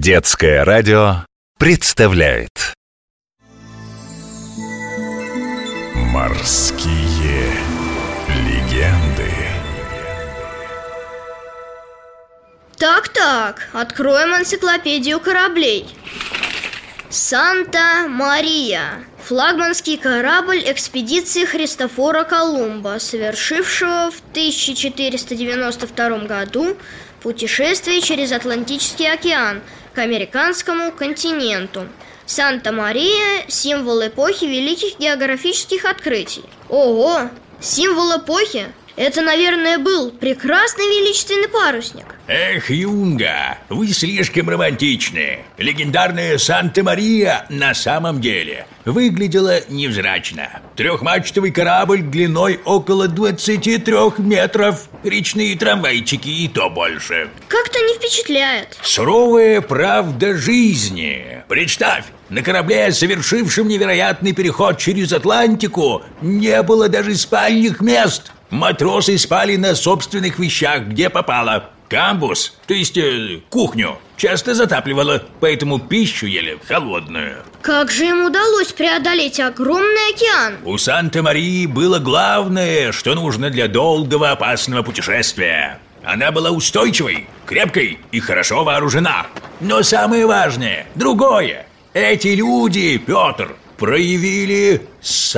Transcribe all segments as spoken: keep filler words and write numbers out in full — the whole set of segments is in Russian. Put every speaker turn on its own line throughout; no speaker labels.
Детское радио представляет
Морские легенды.
Так-так, откроем энциклопедию кораблей. Санта-Мария. Флагманский корабль экспедиции Христофора Колумба, совершившего в тысяча четыреста девяносто втором году путешествие через Атлантический океан к американскому континенту. Санта-Мария – символ эпохи великих географических открытий. Ого! Символ эпохи? Это, наверное, был прекрасный величественный парусник.
Эх, Юнга, вы слишком романтичны. Легендарная Санта-Мария на самом деле выглядела невзрачно. Трехмачтовый корабль длиной около двадцати трёх метров. Речные трамвайчики и то больше.
Как-то не впечатляет.
Суровая правда жизни. Представь, на корабле, совершившем невероятный переход через Атлантику, не было даже спальных мест. Матросы спали на собственных вещах, где попало. Камбус, то есть э, кухню, часто затапливало, поэтому пищу ели холодную.
Как же им удалось преодолеть огромный океан?
У Санта-Марии было главное, что нужно для долгого опасного путешествия. Она была устойчивой, крепкой и хорошо вооружена. Но самое важное – другое. Эти люди, Петр, проявили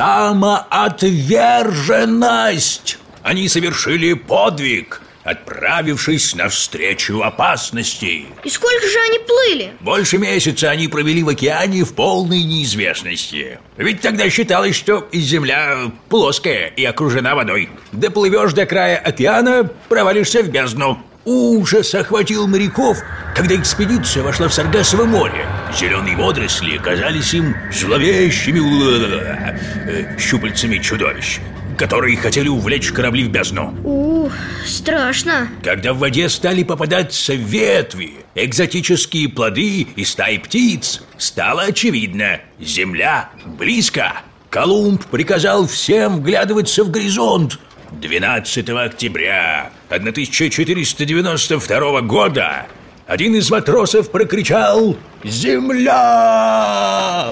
самоотверженность. Они совершили подвиг, отправившись навстречу опасности.
И сколько же они плыли?
Больше месяца они провели в океане в полной неизвестности. Ведь тогда считалось, что Земля плоская и окружена водой. Доплывешь до края океана, провалишься в бездну. Ужас охватил моряков, когда экспедиция вошла в Саргассово море. Зеленые водоросли казались им зловещими щупальцами чудовищ, которые хотели увлечь корабли в бездну.
Ух, страшно.
Когда в воде стали попадаться ветви, экзотические плоды и стаи птиц, стало очевидно – Земля близко. Колумб приказал всем вглядываться в горизонт. двенадцатого октября тысяча четыреста девяносто второго года один из матросов прокричал «Земля!».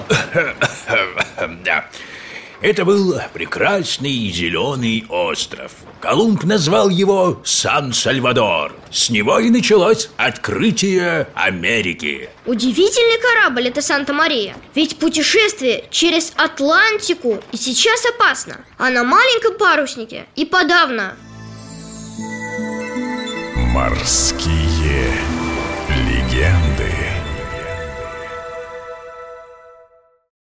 Это был прекрасный зеленый остров. Колумб назвал его Сан-Сальвадор. С него и началось открытие Америки.
Удивительный корабль это Санта-Мария. Ведь путешествие через Атлантику и сейчас опасно. А на маленьком паруснике и подавно.
Морские легенды.